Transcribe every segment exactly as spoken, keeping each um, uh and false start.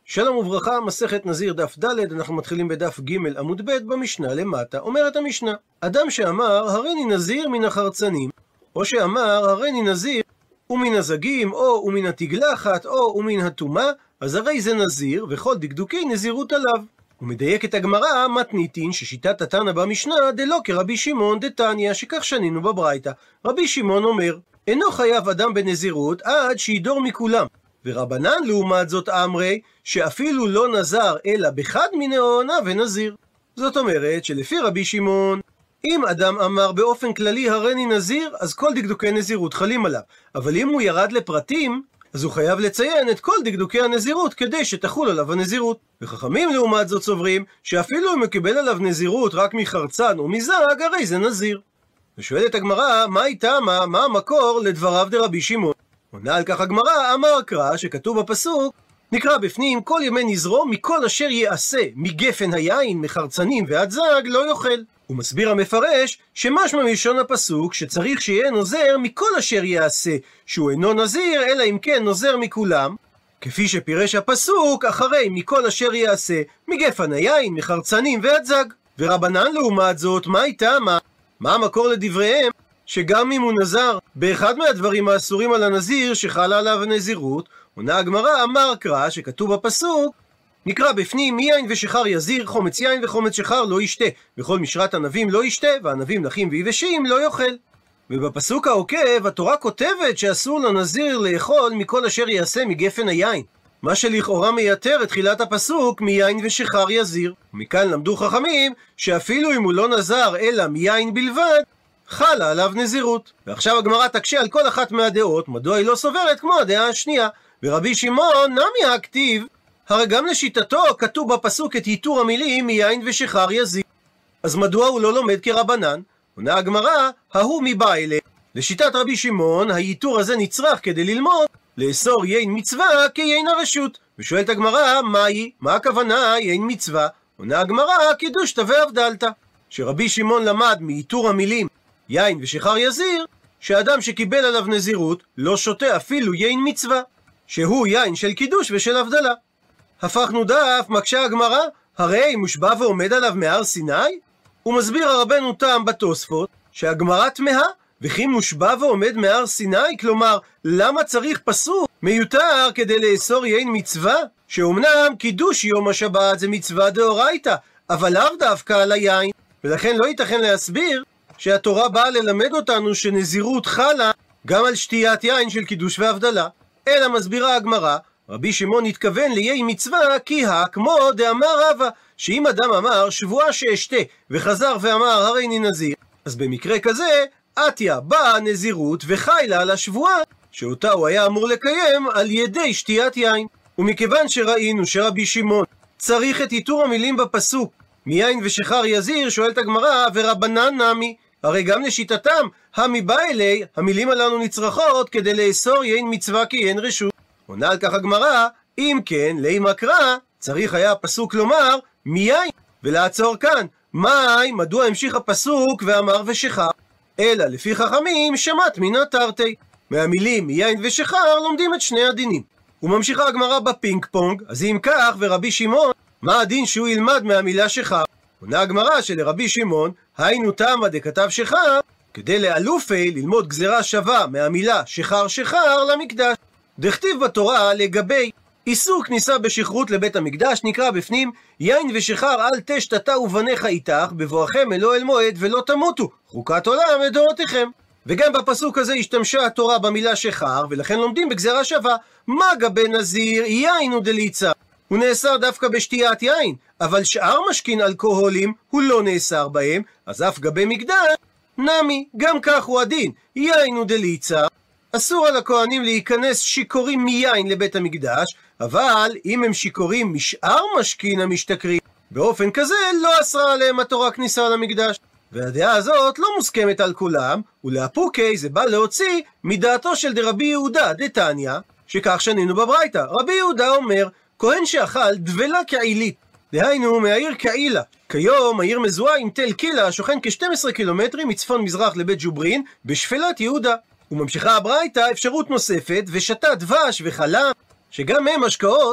שלום וברכה, מסכת נזיר דף ד', אנחנו מתחילים בדף ג' עמוד ב' במשנה למטה. אומרת המשנה, אדם שאמר הריני נזיר מן החרצנים, או שאמר הריני נזיר ומן הזגים, או ומן התגלחת, או ומן הטומאה, אז הרי זה נזיר, וכל דקדוקי נזירות עליו. ומדייקת הגמרא מתניתין ששיטת התנא במשנה דלא כרבי שמעון דתניא, שכך שנינו בברייתא. רבי שמעון אומר, אינו חייב אדם בנזירות עד שידור מכולם. ורבנן לעומת זאת אמרי שאפילו לא נזר אלא בחד מיני העונה ונזיר. זאת אומרת שלפי רבי שמעון, אם אדם אמר באופן כללי הריני נזיר, אז כל דקדוקי נזירות חלים עליו. אבל אם הוא ירד לפרטים, אז הוא חייב לציין את כל דקדוקי הנזירות כדי שתחול עליו הנזירות. וחכמים לעומת זאת סוברים שאפילו אם מקבל עליו נזירות רק מחרצן או מזג, הרי זה נזיר. ושואלת הגמרא, מה איתה, מה, מה המקור לדבריו דרבי שמעון? עונה על כך הגמרא, אמר קרא, שכתוב בפסוק, נקרא בפנים, כל ימי נזרו מכל אשר יעשה, מגפן היין, מחרצנים ועד זג, לא יאכל. הוא מסביר המפרש שמשמע מלשון הפסוק שצריך שיהיה נוזר מכל אשר יעשה, שהוא אינו נזיר אלא אם כן נוזר מכולם, כפי שפירש הפסוק אחרי מכל אשר יעשה, מגפן היין, מחרצנים ועד זג. ורבנן לעומת זאת, מה איתה, מה? מה המקור לדבריהם? שגם אם הוא נזר באחד מהדברים האסורים על הנזיר שחלה עליו הנזירות, עונה הגמרא, אמר קרא, שכתוב בפסוק, נקרא בפנים, מיין ושחר יזיר, חומץ יין וחומץ שחר לא ישתה, וכל משרת ענבים לא ישתה, וענבים נחים ויבשים לא יאכל. ובפסוק העוקב התורה כותבת שאסור לנזיר לאכול מכל אשר יעשה מגפן היין, מה שלכאורה מייתר את תחילת הפסוק מיין ושחר יזיר. ומכאן למדו חכמים שאפילו אם הוא לא נזר אלא מיין בלבד, חלה עליו נזירות. ועכשיו הגמרא תקשה על כל אחת מהדעות, מדוע היא לא סוברת כמו הדעה השנייה. ורבי שמעון נמי הכתיב, הרי גם לשיטתו כתוב בפסוק את ייתור המילים מיין ושחר יזיר, אז מדוע הוא לא לומד כרבנן? עונה הגמרא, ההוא מבעילה. לשיטת רבי שמעון הייתור הזה נצרך כדי ללמוד לאסור יין מצווה כיין הרשות. ושואלת הגמרא, מהי? מה הכוונה יין מצווה? עונה הגמרא, קידוש והבדלתא, שרבי שמעון למד מייתור המילים יין ושחר יזיר, שאדם שקיבל עליו נזירות לא שותה אפילו יין מצווה, שהוא יין של קידוש ושל הבדלה. הפכנו דף, מקשה הגמרא, הרי מושבע ועומד עליו מהר סיני? הוא מסביר הרבנו תם בתוספות שהגמרא תמהה, וכי מושבע ועומד מהר סיני, כלומר למה צריך פסוק מיותר כדי לאסור יין מצווה, שאומנם קידוש יום השבת זה מצווה דאורייתא, אבל לאו דווקא על היין, ולכן לא ייתכן להסביר שהתורה באה ללמד אותנו שנזירות חלה גם על שתיית יין של קידוש והבדלה. אלא מסבירה הגמרא, רבי שמעון התכוון ליין מצווה כי הא כמו דאמר רבא, שאם אדם אמר שבועה שאשתה וחזר ואמר הריני נזיר, אז במקרה כזה עטיה באה נזירות וחיילה על השבועה שאותה הוא היה אמור לקיים על ידי שתיית יין. ומכיוון שראינו שרבי שמעון צריך את ייתור המילים בפסוק מיין ושחר יזיר, שואלת הגמרא, ורבנן נמי, הרי גם לשיטתם המבעילי המילים הללו נצרכות כדי לאסור יין מצווה כיין רשות. עונה על כך הגמרא, אם כן לימה קרא צריך היה הפסוק לומר מיין ולעצור כאן. מאי, מדוע המשיך הפסוק ואמר ושחר? אלא לפי חכמים שמט מן תרתי, מהמילים מיין ושחר לומדים את שני הדינים. וממשיכה הגמרא בפינג פונג, אז אם כך ורבי שמעון, מה הדין שהוא ילמד מהמילה שחר? עונה הגמרא שלרבי שמעון היינו תמה דכתב שחר כדי לאלופי ללמוד גזרה שווה מהמילה שחר שחר למקדש. דכתיב בתורה לגבי איסור כניסה בשכרות לבית המקדש, נקרא בפנים יין ושחר אל תשתתה ובניך איתך בבואכם אל אוהל מועד ולא תמותו, חוקת עולם לדורותיכם. וגם בפסוק הזה השתמשה התורה במילה שחר, ולכן לומדים בגזרה שווה. מה גבי נזיר יין הוא דליצה, הוא נאסר דווקא בשתיית יין, אבל שאר משכין אלכוהולים הוא לא נאסר בהם, אז אף גבי מקדש נמי, גם כך הוא הדין, יין הוא דליצה, אסור על הכהנים להיכנס שיכורים מיין לבית המקדש, אבל אם הם שיכורים משאר משכין המשתכרים, באופן כזה לא אסרה עליהם התורה כניסה למקדש. והדעה הזאת לא מוסכמת על כולם, ולאפוקי זה בא להוציא מדעתו של דרבי יהודה דתניא, שכך שנינו בברייתא. רבי יהודה אומר, כהן שאכל דבלה כעילית, דהיינו מהעיר קהילה, כיום העיר מזוהה עם תל קילה השוכן כ-שנים עשר קילומטרים מצפון מזרח לבית ג'וברין בשפלת יהודה. וממשיכה הברייתא אפשרות נוספת, ושתה דבש וחלב, שגם הם השקעות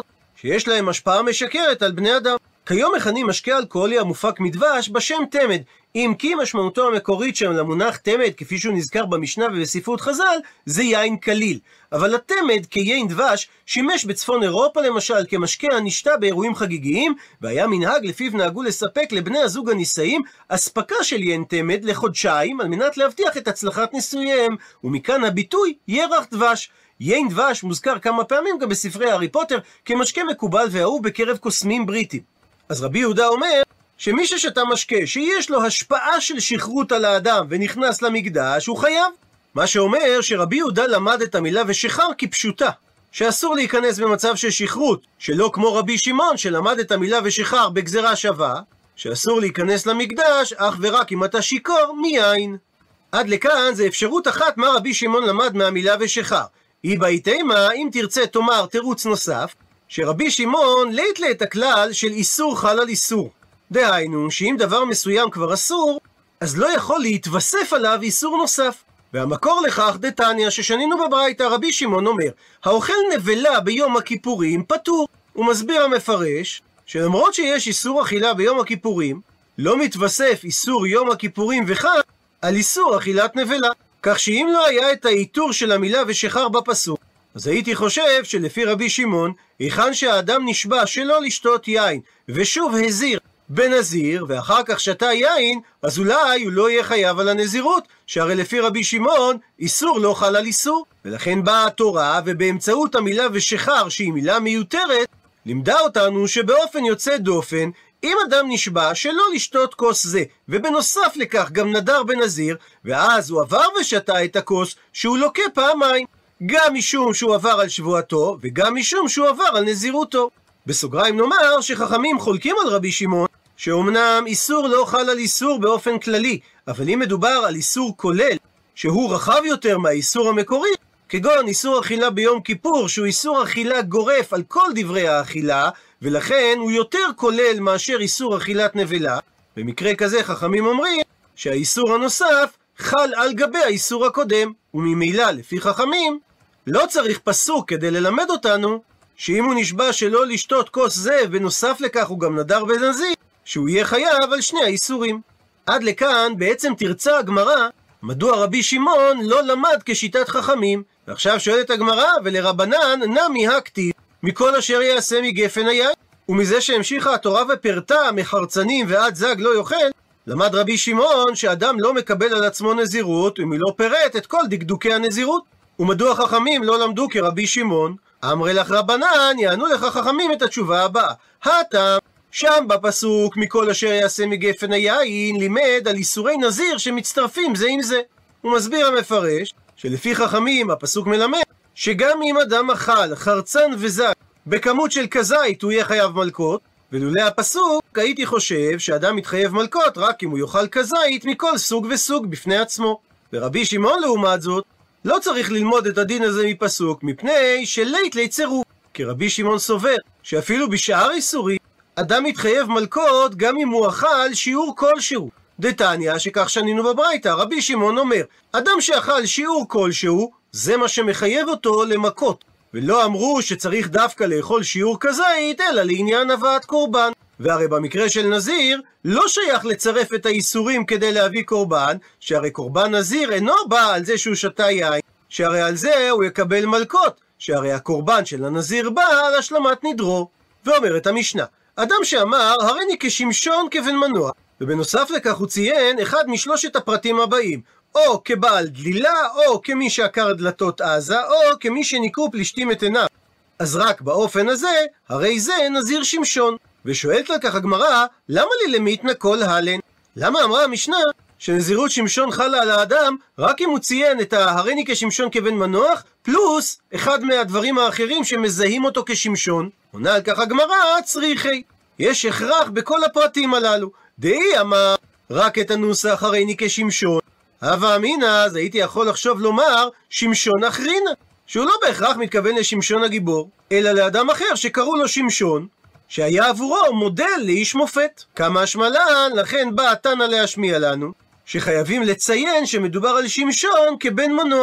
שיש להם השפעה משקרת על בני אדם. כיום מכנים משקה אלכוהולי המופק מדבש בשם תמד, אם כי משמעותו המקורית שם למונח תמד, כפי שהוא נזכר במשנה ובספרות חז"ל, זה יין קליל. אבל התמד כיין דבש שימש בצפון אירופה למשל כמשקה הנשתה באירועים חגיגיים, והיה מנהג לפיו נהגו לספק לבני הזוג הנישאים אספקה של יין תמד לחודשיים על מנת להבטיח את הצלחת נישואיהם, ומכאן הביטוי ירח דבש. יין דבש מוזכר כמה פעמים גם בספרי הארי פוטר כמשקה מקובל ואהוב בקרב קוסמים בריטים. אז רבי יהודה אומר שמי ששתה משקה שיש לו השפעה של שכרות על האדם ונכנס למקדש הוא חייב. מה שאומר שרבי יהודה למד את המילה ושחר כפשוטה, שאסור להיכנס במצב של שכרות, שלא כמו רבי שמעון שלמד את המילה ושחר בגזרה שווה, שאסור להיכנס למקדש אך ורק אם אתה שיכור מיין. עד לכאן זה אפשרות אחת מה רבי שמעון למד מהמילה ושחר. היא בהתאמה, אם תרצה תאמר תירוץ נוסף, שרבי שמעון לית לה את הכלל של איסור חל על איסור. דהיינו, שאם דבר מסוים כבר אסור, אז לא יכול להתווסף עליו איסור נוסף. והמקור לכך דתניא ששנינו בברייתא, רבי שמעון אומר, האוכל נבלה ביום הכיפורים פטור. הוא מסביר המפרש, שלמרות שיש איסור אכילה ביום הכיפורים, לא מתווסף איסור יום הכיפורים וחג על איסור אכילת נבלה. כך שאם לא היה את האיתור של המילה ושחר בפסוק, אז הייתי חושב שלפי רבי שמעון, היכן שהאדם נשבע שלא לשתות יין, ושוב הזיר בנזיר, ואחר כך שתה יין, אז אולי הוא לא יהיה חייב על הנזירות, שהרי לפי רבי שמעון, איסור לא חל על איסור. ולכן באה התורה, ובאמצעות המילה ושחר, שהיא מילה מיותרת, לימדה אותנו שבאופן יוצא דופן, אם אדם נשבע שלא לשתות כוס זה, ובנוסף לכך גם נדר בנזיר, ואז הוא עבר ושתה את הכוס, שהוא לוקה פעמיים, גם משום שהוא עבר על שבועתו, וגם משום שהוא עבר על נזירותו. בסוגריים נאמר שחכמים חולקים על רבי שמעון, שאומנם איסור לא חל על איסור באופן כללי, אבל אם מדובר על איסור כולל, שהוא רחב יותר מהאיסור המקורי, כגון איסור אכילה ביום כיפור, שהוא איסור אכילה גורף על כל דברי האכילה, ולכן הוא יותר כולל מאשר איסור אכילת נבלה. במקרה כזה חכמים אומרים שהאיסור הנוסף חל על גבי האיסור הקודם, וממילא לפי חכמים לא צריך פסוק כדי ללמד אותנו שאם הוא נשבע שלא לשתות כוס זה ונוסף לכך הוא גם נדר בנזיר, שהוא יהיה חייב על שני האיסורים. עד לכאן בעצם תרצה הגמרא מדוע רבי שמעון לא למד כשיטת חכמים. ועכשיו שואלת הגמרא, ולרבנן נמי הכתיב מכל אשר יעשה מגפן היין, ומזה שהמשיכה התורה ופרטה מחרצנים ועד זג לא יאכל, למד רבי שמעון שאדם לא מקבל על עצמו נזירות אם היא לא פירט את כל דקדוקי הנזירות. ומדוע חכמים לא למדו כרבי שמעון? אמרי לך רבנן, יענו לך חכמים את התשובה הבאה, הטעם שם בפסוק מכל אשר יעשה מגפן היין לימד על איסורי נזיר שמצטרפים זה עם זה. הוא מסביר המפרש שלפי חכמים הפסוק מלמד שגם אם אדם אכל חרצן וזק בכמות של כזית הוא יהיה חייב מלקות, ולולא הפסוק הייתי חושב שאדם מתחייב מלקות רק אם הוא יאכל כזית מכל סוג וסוג בפני עצמו. ורבי שמעון לעומת זאת לא צריך ללמוד את הדין הזה מפסוק, מפני שלית לי צירוף, כי רבי שמעון סובר שאפילו בשאר איסורים אדם מתחייב מלקות גם אם הוא אכל שיעור כלשהו. דתניא שכך שנינו בברייתא, רבי שמעון אומר אדם שאכל שיעור כלשהו זה מה שמחייב אותו למכות, ולא אמרו שצריך דווקא לאכול שיעור כזית אלא לעניין הבאת קורבן. והרי במקרה של נזיר לא שייך לצרף את האיסורים כדי להביא קורבן, שהרי קורבן נזיר אינו בא על זה שהוא שתה יין, שהרי על זה הוא יקבל מלקות, שהרי הקורבן של הנזיר בא על השלמת נדרו. ואומרת המשנה, אדם שאמר הריני כשמשון כבן מנוע, ובנוסף לכך הוא ציין אחד משלושת הפרטים הבאים, או כבעל דלילה, או כמי שעקר דלתות עזה, או כמי שניקו פלישתים את עיניו, אז רק באופן הזה הרי זה נזיר שמשון. ושואלת על כך הגמרא, למה לי למיתנא כל הלן? למה אמרה המשנה שנזירות שמשון חלה על האדם רק אם הוא ציין את ההריני כשמשון כבן מנוח פלוס אחד מהדברים האחרים שמזהים אותו כשמשון? עונה על כך הגמרא, צריכי, יש הכרח בכל הפרטים הללו. דאי אמר רק את הנוסח הריני כשמשון, הווה אמינא, אז הייתי יכול לחשוב לומר שמשון אחרינא, שהוא לא בהכרח מתכוון לשמשון הגיבור, אלא לאדם אחר שקראו לו שמשון, שהיה עבורו מודל לאיש מופת. כמה השמלן, לכן בא התנא להשמיע לנו שחייבים לציין שמדובר על שמשון כבן מנוח.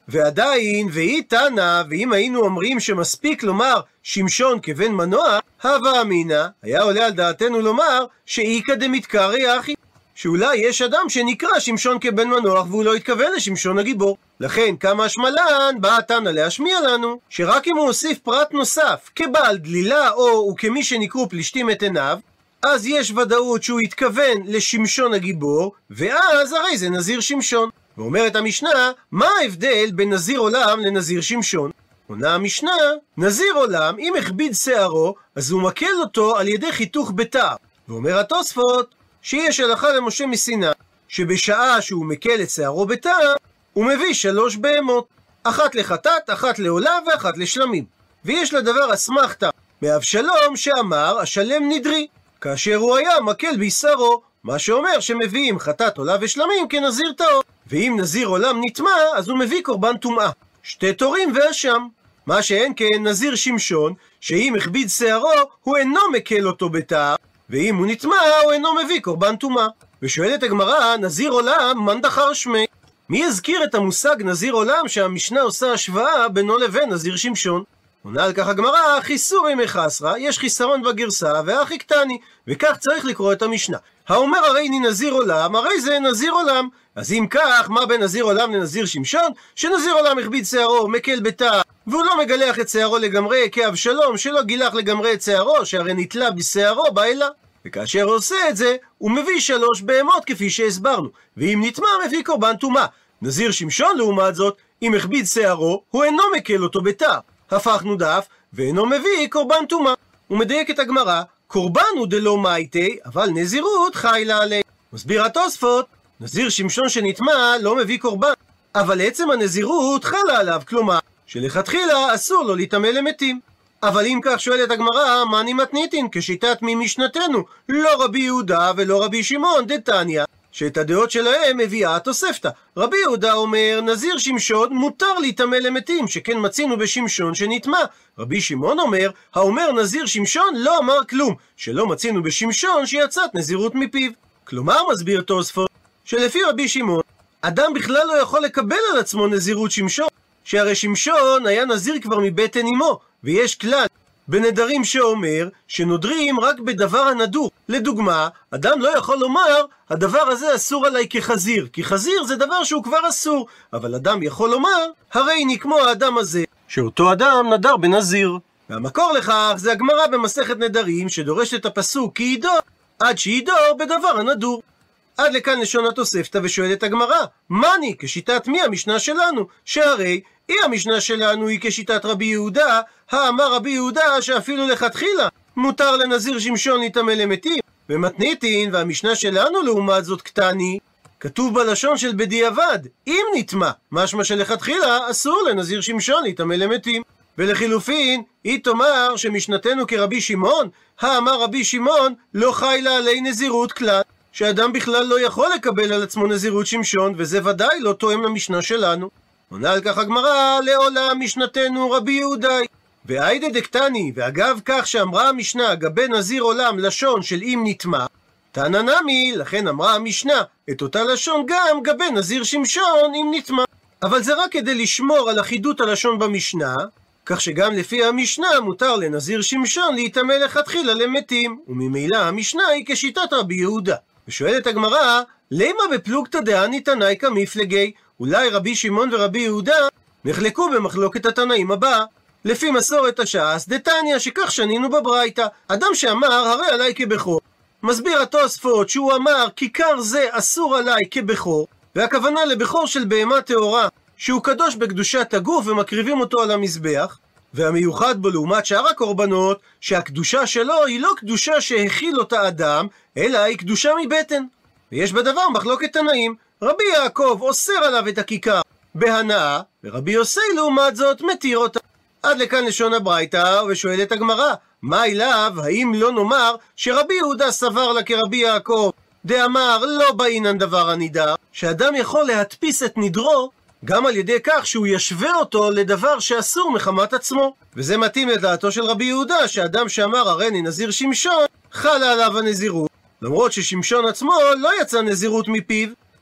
ועדיין, והיא תנא, ואם היינו אומרים שמספיק לומר שמשון כבן מנוח, הווה אמינא, היה עולה על דעתנו לומר שאיכא דמתקריא אחי, שאולי יש אדם שנקרא שמשון כבן מנוח והוא לא התכוון לשמשון הגיבור. לכן כמה השמלן בא תנא להשמיע לנו שרק אם הוא הוסיף פרט נוסף כבעל דלילה או וכמי שנקרו פלישתים את עיניו, אז יש ודאות שהוא התכוון לשמשון הגיבור, ואז הרי זה נזיר שמשון. ואומרת המשנה, מה ההבדל בין נזיר עולם לנזיר שמשון? עונה המשנה, נזיר עולם אם הכביד שערו אז הוא מקל אותו על ידי חיתוך בתער. ואומר התוספות שיש הלכה למשה מסיני שבשעה שהוא מקל את שערו בתער הוא מביא שלוש בהמות, אחת לחטאת, אחת לעולה ואחת לשלמים. ויש לדבר אסמכתא מאבשלום שאמר השלם נדרי כאשר הוא היה מקל בשערו, מה שאומר שמביאים חטאת, עולה ושלמים כנזיר טהור. ואם נזיר עולם נטמא אז הוא מביא קורבן טומאה, שתי תורים ואשם. מה שאין כן נזיר שמשון שאם הכביד שערו הוא אינו מקל אותו בתער, ואם הוא נטמא הוא אינו מביא קורבן טומאה. ושואלת הגמרא, נזיר עולם מן דחר שמי? מי יזכיר את המושג נזיר עולם שהמשנה עושה השוואה בינו לבין נזיר שמשון? עונה על כך הגמרא, חיסורי מחסרא, יש חיסרון בגרסה והכי קטני, וכך צריך לקרוא את המשנה. האומר הרי אני נזיר עולם, הרי זה נזיר עולם. אז אם כך, מה בין נזיר עולם לנזיר שמשון? שנזיר עולם הכביד שערו, מקל בתער, והוא לא מגלח את שערו לגמרי, כאבשלום שלא גילח לגמרי את שערו, שהרי נתלה בשערו באלה. וכאשר הוא עושה את זה, הוא מביא שלוש בהמות כפי שהסברנו, ואם נטמא מביא קורבן טומאה. נזיר שמשון לעומת זאת, אם הכביד שערו, הוא אינו מקל אותו בתער. הפכנו דף, ואינו מביא קורבן טומאה. הוא מדייק את הגמרא, קורבן הוא דלא מייטי, אבל נזירות חיילה עלי. מסביר התוספות, נזיר שמשון שנטמא לא מביא קורבן, אבל עצם הנזירות חלה עליו, כלומר, שלכתחילה אסור לו להיטמא למתים. אבל אם כך שואלת הגמרא, מה אני מתניתין? כשיטת מי משנתנו, לא רבי יהודה ולא רבי שמעון דתניא, שאת הדעות שלהם מביאה התוספתא. רבי יהודה אומר, נזיר שמשון מותר להיטמא למתים, שכן מצינו בשמשון שנטמא. רבי שמעון אומר, האומר נזיר שמשון לא אמר כלום, שלא מצינו בשמשון שיצאת נזירות מפיו. כלומר, מסביר תוספות, שלפי רבי שמעון, אדם בכלל לא יכול לקבל על עצמו נזירות שמשון, שהרי שמשון היה נזיר כבר מבטן אמו, ויש כלל בנדרים שאומר שנודרים רק בדבר הנדור. לדוגמה, אדם לא יכול לומר, הדבר הזה אסור עליי כחזיר, כי חזיר זה דבר שהוא כבר אסור, אבל אדם יכול לומר, הרי אני כמו האדם הזה, שאותו אדם נדר בנזיר. והמקור לכך זה הגמרא במסכת נדרים, שדורשת את הפסוק כי ידור, עד שידור בדבר הנדור. עד לכאן לשון התוספתא, ושואלת הגמרא, מני כשיטת מי המשנה שלנו? שהרי היא המשנה שלנו היא כשיטת רבי יהודה, האמר רבי יהודה שאפילו לכתחילה מותר לנזיר שמשון להיטמא למתים. ומתניתין, והמשנה שלנו לעומת זאת קטני, כתוב בלשון של בדיעבד, אם נטמא, משמע שלכתחילה אסור לנזיר שמשון להיטמא למתים. ולחילופין, היא תאמר שמשנתנו כרבי שמעון, האמר רבי שמעון לא חיילה עלי נזירות כלל, שאדם בכלל לא יכול לקבל על עצמו נזירות שמשון, וזה ודאי לא תואם למשנה שלנו. עונה על כך הגמרא, לעולם משנתנו רבי יהודה. והיידה דקטני, ואגב כך שאמרה המשנה גבי נזיר עולם לשון של אם נטמא, תנא נמי, לכן אמרה המשנה את אותה לשון גם גבי נזיר שמשון אם נטמא. אבל זה רק כדי לשמור על אחידות הלשון במשנה, כך שגם לפי המשנה מותר לנזיר שמשון להיטמא לכתחילה למתים, וממילא המשנה היא כשיטת רבי יהודה. ושואלת הגמרא, למה בפלוגתא דעני תנאי כמפלגי? אולי רבי שמעון ורבי יהודה נחלקו במחלוקת התנאים הבאה. לפי מסורת הש"ס דתניא, שכך שנינו בברייתא, אדם שאמר הרי עליי כבכור, מסביר התוספות שהוא אמר כיכר זה אסור עליי כבכור, והכוונה לבכור של בהמה טהורה שהוא קדוש בקדושת הגוף ומקריבים אותו על המזבח, והמיוחד בו לעומת שאר הקורבנות שהקדושה שלו היא לא קדושה שהכיל אותה אדם, אלא היא קדושה מבטן. ויש בדבר מחלוקת תנאים, רבי יעקב אוסר עליו את הכיכר בהנאה, ורבי יוסי לעומת זאת מתיר אותה. עד לכאן לשון הברייתא, ושואלת הגמרא, מה אליו, האם לא נאמר שרבי יהודה סבר לה כרבי יעקב, דאמר לא באינן דבר הנידר, שאדם יכול להדפיס את נדרו גם על ידי כך שהוא ישווה אותו לדבר שאסור מחמת עצמו. וזה מתאים לדעתו של רבי יהודה, שאדם שאמר הרי אני נזיר שמשון, חלה עליו הנזירות, למרות ששמשון עצמו לא יצא נזירות מפיו.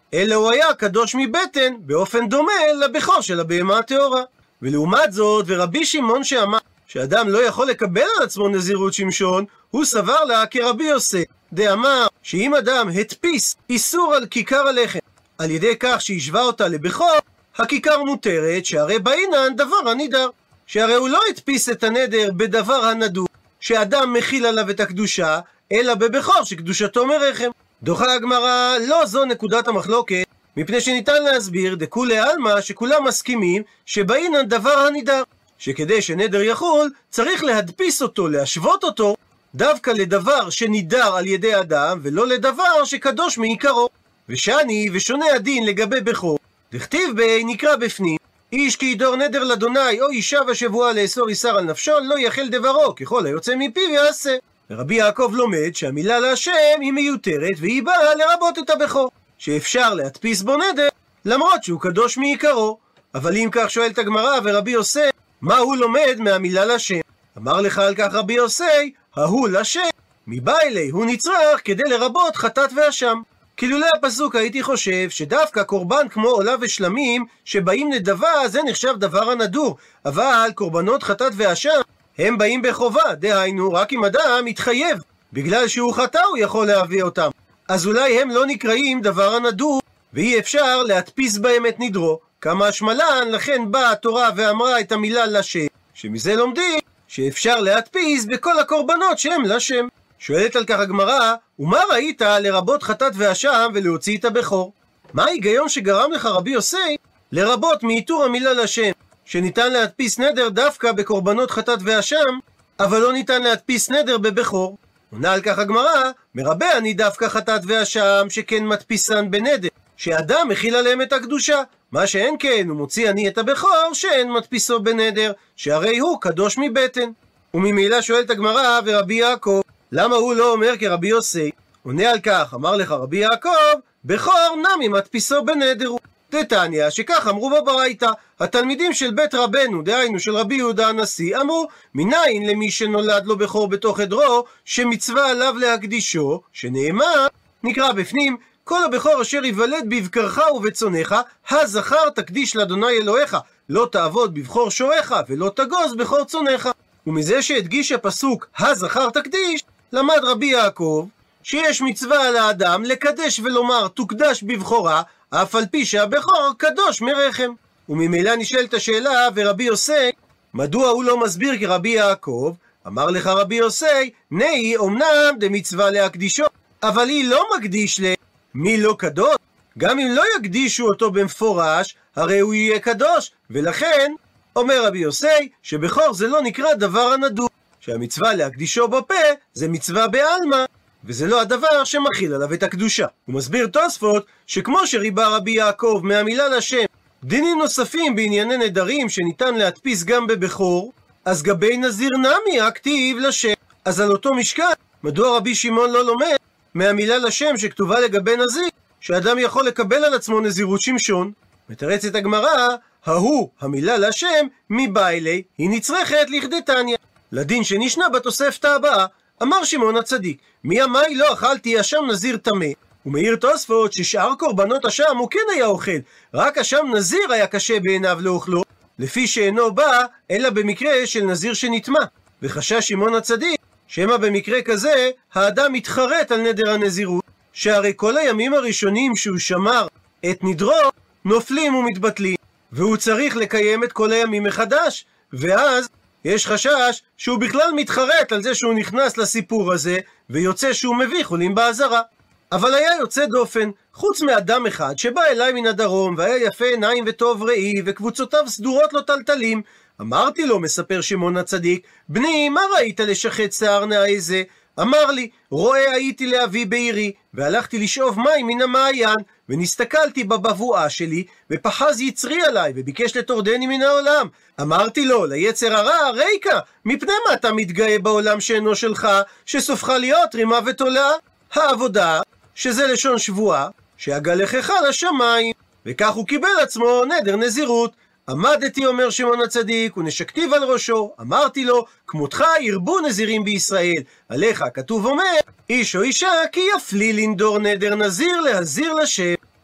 אלא הוא היה קדוש מבטן, באופן דומה לבכור של הבהמה הטהורה. ולעומת זאת, ורבי שמעון שאמר שאדם לא יכול לקבל על עצמו נזירות שמשון, הוא סבר לה כרבי יוסי, דאמר שאם אדם הדפיס איסור על כיכר הלחם על ידי כך שהשווה אותה לבכור, הכיכר מותרת, שהרי באינן דבר הנידר, שהרי הוא לא הדפיס את הנדר בדבר הנדור שאדם מכיל עליו את הקדושה, אלא בבכור שקדושתו מרחם. דוחה הגמרא, לא זו נקודת המחלוקת, מפני שניתן להסביר דכולי עלמא שכולם מסכימים שבאינן דבר הנידר, שכדי שנדר יחול צריך להדפיס אותו, להשוות אותו דווקא לדבר שנידר על ידי אדם, ולא לדבר שקדוש מעיקרו. ושני ושונה הדין לגבי בכור, דכתיב בי נקרא בפנים, איש כי ידור נדר לאדוני או אישה בשבועה לאסור איסר על נפשו, לא יחל דברו, ככל היוצא מפיו יעשה. ורבי יעקב לומד שהמילה להשם היא מיותרת, והיא באה לרבות את הבכור, שאפשר להדפיס בו נדר למרות שהוא קדוש מעיקרו. אבל אם כך שואלת הגמרא, ורבי יוסי מה הוא לומד מהמילה להשם? אמר לך על כך רבי יוסי, ההוא להשם מבעילי הוא נצרך כדי לרבות חטאת ואשם. כילולי הפסוק הייתי חושב שדווקא קורבן כמו עולה ושלמים שבאים נדבה זה נחשב דבר הנדור, אבל קורבנות חטאת ואשם הם באים בחובה, דהיינו רק אם אדם מתחייב, בגלל שהוא חטא הוא יכול להביא אותם, אז אולי הם לא נקראים דבר הנדור ואי אפשר להדפיס בהם את נדרו. כמה השמלן, לכן באה התורה ואמרה את המילה לשם, שמזה לומדים שאפשר להדפיס בכל הקורבנות שהם לשם. שואלת על כך הגמרא, ומה ראית לרבות חטאת ואשם ולהוציא את הבכור? מה ההיגיון שגרם לך רבי יוסי לרבות מאיתור המילה לשם, שניתן להדפיס נדר דווקא בקורבנות חטאת ואשם, אבל לא ניתן להדפיס נדר בבכור? עונה על כך הגמרא, מרבה אני דווקא חטאת ואשם שכן מדפיסן בנדר, שאדם מכיל עליהם את הקדושה, מה שאין כן הוא מוציא אני את הבכור שאין מדפיסו בנדר, שהרי הוא קדוש מבטן. וממילא שואלת הגמרא, ורבי יעקב למה הוא לא אומר כרבי יוסי? עונה על כך, אמר לך רבי יעקב, בכור נמי מדפיסו בנדר הוא. דתניא, שכך אמרו בברייתא, התלמידים של בית רבנו, דהיינו של רבי יהודה הנשיא, אמרו, מניין למי שנולד לו בכור בתוך עדרו, שמצווה עליו להקדישו, שנאמר, נקרא בפנים, כל הבכור אשר יוולד בבקרך ובצונך, הזכר תקדיש לאדוני אלוהיך, לא תעבוד בבכור שורך, ולא תגוז בכור צונך. ומזה שהדגיש הפסוק הזכר תקדיש, למד רבי יעקב שיש מצווה על האדם לקדש ולומר תוקדש בבכורה, אף על פי שהבכור קדוש מרחם. וממילא נשאלת השאלה, ורבי יוסי מדוע הוא לא מסביר כרבי יעקב? אמר לך רבי יוסי, נאי אומנם דמצווה להקדישו, אבל היא לא מקדיש ל... מי לא קדוש? גם אם לא יקדישו אותו במפורש, הרי הוא יהיה קדוש, ולכן אומר רבי יוסי שבכור זה לא נקרא דבר הנדור, שהמצווה להקדישו בפה זה מצווה בעלמא, וזה לא הדבר שמכיל עליו את הקדושה. הוא מסביר תוספות שכמו שריבה רבי יעקב מהמילה לשם דינים נוספים בענייני נדרים שניתן להדפיס גם בבכור, אז גבי נזיר נמי הכתיב לשם. אז על אותו משקל, מדוע רבי שמעון לא לומד מהמילה לשם שכתובה לגבי נזיר, שאדם יכול לקבל על עצמו נזירות שמשון? מתרצת הגמרא, ההוא, המילה לשם, מבעילי, היא נצרכת לכדי תניא. לדין שנשנה בתוספתא הבאה, אמר שמעון הצדיק, מי אמי לא אכלתי אשם נזיר טמא. ומעיר תוספות ששאר קורבנות אשם הוא כן היה אוכל, רק אשם נזיר היה קשה בעיניו לאוכלו, לפי שאינו בא אלא במקרה של נזיר שנטמא. וחשש שמעון הצדיק שמא במקרה כזה האדם מתחרט על נדר הנזירות, שהרי כל הימים הראשונים שהוא שמר את נדרו נופלים ומתבטלים, והוא צריך לקיים את כל הימים מחדש, ואז יש חשש שהוא בכלל מתחרט על זה שהוא נכנס לסיפור הזה, ויוצא שהוא מביא חולים בעזרה. אבל היה יוצא דופן, חוץ מאדם אחד שבא אליי מן הדרום, והיה יפה עיניים וטוב ראי, וקבוצותיו סדורות לו טלטלים. אמרתי לו, מספר שמעון הצדיק, בני, מה ראית לשחט שיער נאה זה? אמר לי, רואה הייתי להביא בעירי, והלכתי לשאוב מים מן המעיין, ונסתכלתי בבבואה שלי, ופחז יצרי עליי, וביקש לטורדני מן העולם. אמרתי לו, ליצר הרע, ריקה, מפני מה אתה מתגאה בעולם שאינו שלך, שסופך להיות רימה ותולעה? העבודה, שזה לשון שבועה, שהגלחך לשמיים, וכך הוא קיבל עצמו נדר נזירות. עמדתי, אומר שמעון הצדיק, ונשקתיו על ראשו, אמרתי לו, כמותך ירבו נזירים בישראל, עליך כתוב אומר, איש או אישה כי יפלי לנדור נדר נזיר להזיר לשם.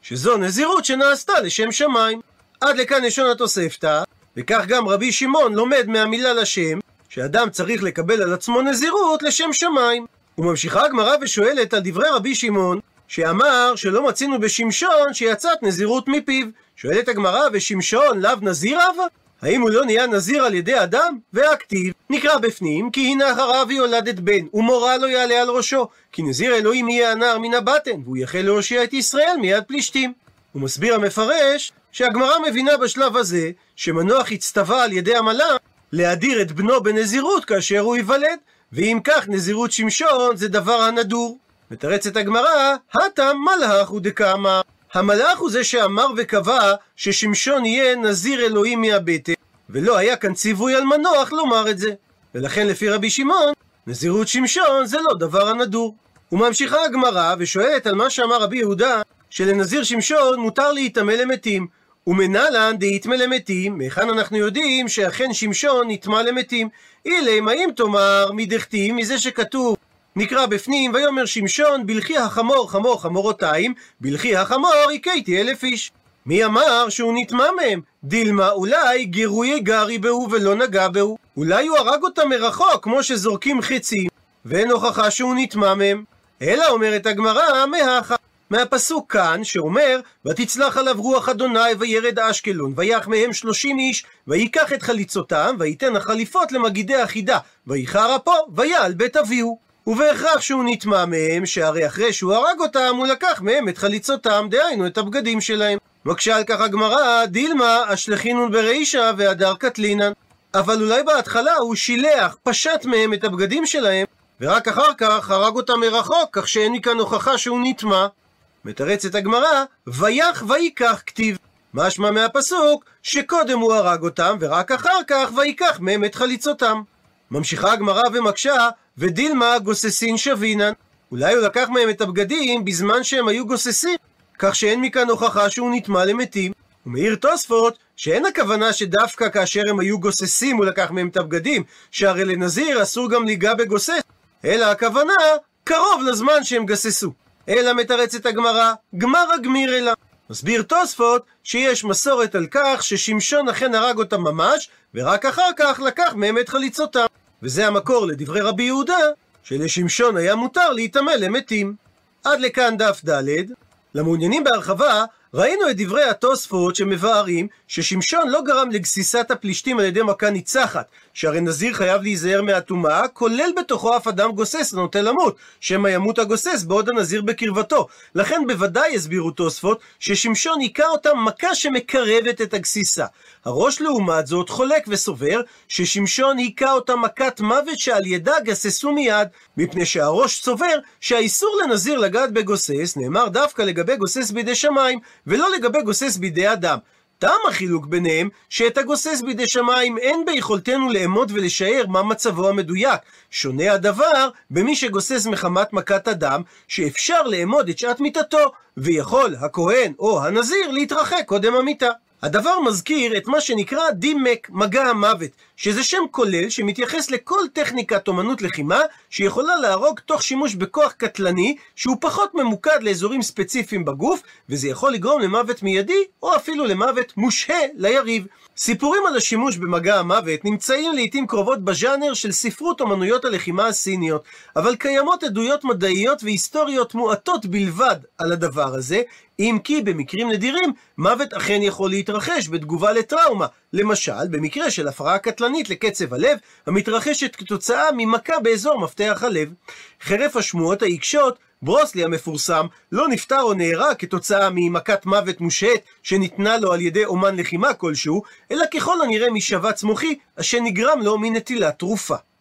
שזו נזירות שנעשתה לשם שמיים. עד לכאן לשון התוספתא, וכך גם רבי שמעון לומד מהמילה לשם, שאדם צריך לקבל על עצמו נזירות לשם שמיים. וממשיכה הגמרא ושואלת על דברי רבי שמעון, שאמר שלא מצינו בשמשון שיצאת נזירות מפיו. שואלת הגמרא, ושמשון לאו נזיר אבה? האם הוא לא נהיה נזיר על ידי אדם? והכתיב נקרא בפנים, כי הנה אחריו יולדת בן, ומורה לא יעלה על ראשו, כי נזיר אלוהים יהיה הנער מן הבטן, והוא יחל להושיע את ישראל מיד פלישתים. הוא מסביר המפרש שהגמרא מבינה בשלב הזה שמנוח הצטווה על ידי המלאך להדיר את בנו בנזירות כאשר הוא ייוולד, ואם כך נזירות שמשון זה דבר הנדור. מתרצת הגמרא, הטם מלאך הוא דקאמר, המלאך הוא זה שאמר וקבע ששמשון יהיה נזיר אלוהים מהבטן, ולא היה כאן ציווי על מנוח לומר את זה, ולכן לפי רבי שמעון נזירות שמשון זה לא דבר הנדור. וממשיכה הגמרא ושואלת על מה שאמר רבי יהודה שלנזיר שמשון מותר להיטמא למתים, ומנלן דהיטמא למתים, מהיכן אנחנו יודעים שאכן שמשון נטמא למתים? אילם האם תאמר מדכתיב, מזה שכתוב נקרא בפנים ויאמר שמשון בלכי החמור חמור חמורותיים, בלכי החמור הכיתי אלף איש. מי אמר שהוא נטמא מהם? דילמה אולי גירוי גרי בהו ולא נגע בהו, אולי הוא הרג אותם מרחוק כמו שזורקים חצים ואין הוכחה שהוא נטמא מהם. אלא אומרת הגמרא מהכה, מהפסוק כאן שאומר ותצלח עליו רוח אדוני וירד אשקלון ויח מהם שלושים איש ויקח את חליצותם וייתן החליפות למגידי החידה ויחר אפו ויעל בית אביהו. ובהכרח שהוא נטמא מהם, שהרי אחרי שהוא הרג אותם הוא לקח מהם את חליצותם, דהיינו את הבגדים שלהם. מקשה על כך הגמרא, דילמה אשלחינון ברישא והדר קטלינן, אבל אולי בהתחלה הוא שילח, פשט מהם את הבגדים שלהם ורק אחר כך הרג אותם מרחוק, כך שאין מכאן הוכחה שהוא נטמא. מתרצת הגמרא, ויח ויקח כתיב, משמע מהפסוק שקודם הוא הרג אותם ורק אחר כך ויקח מהם את חליצותם. ממשיכה הגמרא ומקשה, ודילמה גוססין שבינן, אולי הוא לקח מהם את הבגדים בזמן שהם היו גוססים, כך שאין מכאן הוכחה שהוא נטמא למתים. ומעיר תוספות שאין הכוונה שדווקא כאשר הם היו גוססים הוא לקח מהם את הבגדים, שהרי לנזיר אסור גם ליגע בגוסס, אלא הכוונה קרוב לזמן שהם גססו. אלא מתרצת הגמרא, גמרא גמיר אלא. מסביר תוספות שיש מסורת על כך ששמשון אכן הרג אותם ממש, ורק אחר כך לקח מהם את חליצותם. וזה המקור לדברי רבי יהודה, שלשמשון היה מותר להיטמא למתים. עד לכאן דף ד'. למעוניינים בהרחבה, ראינו את דברי התוספות שמבארים ששמשון לא גרם לגסיסת הפלישתים על ידי מכה ניצחת, שהרי נזיר חייב להיזהר מהטומאה, כולל בתוכו אף אדם גוסס הנוטה למות, שמא ימות הגוסס בעוד הנזיר בקרבתו. לכן בוודאי הסבירו תוספות ששמשון היכה אותם מכה שמקרבת את הגסיסה. הראש לעומת זאת חולק וסובר ששמשון היכה אותם מכת מוות שעל ידה גססו מיד, מפני שהראש סובר שהאיסור לנזיר לגעת בגוסס נאמר דווקא לגבי גוסס בידי שמיים, ולא לגבי גוסס בידי אדם. טעם החילוק ביניהם שאת הגוסס בידי שמיים אין ביכולתנו לאמוד ולשער מה מצבו המדויק. שונה הדבר במי שגוסס מחמת מכת אדם, שאפשר לאמוד את שעת מיתתו, ויכול הכהן או הנזיר להתרחק קודם המיתה. הדבר מזכיר את מה שנקרא דימק, מגע המוות, שזה שם כולל שמתייחס לכל טכניקת אומנות לחימה שיכולה להרוג תוך שימוש בכוח קטלני שהוא פחות ממוקד לאזורים ספציפיים בגוף, וזה יכול לגרום למוות מיידי או אפילו למוות מושהה ליריב. סיפורים על השימוש במגע המוות נמצאים לעתים קרובות בז'אנר של ספרות אומנויות הלחימה הסיניות, אבל קיימות עדויות מדעיות והיסטוריות מועטות בלבד על הדבר הזה, אם כי במקרים נדירים מוות אכן יכול להתרחש בתגובה לטראומה, למשל במקרה של הפרעה קטלנית לקצב הלב המתרחשת כתוצאה ממכה באזור מפתח הלב. חרף השמועות העיקשות, ברוסלי המפורסם לא נפטר או נהרג כתוצאה ממכת מוות מושהית שניתנה לו על ידי אומן לחימה כלשהו, אלא ככל הנראה משבץ מוחי אשר נגרם לו מנטילת תרופה.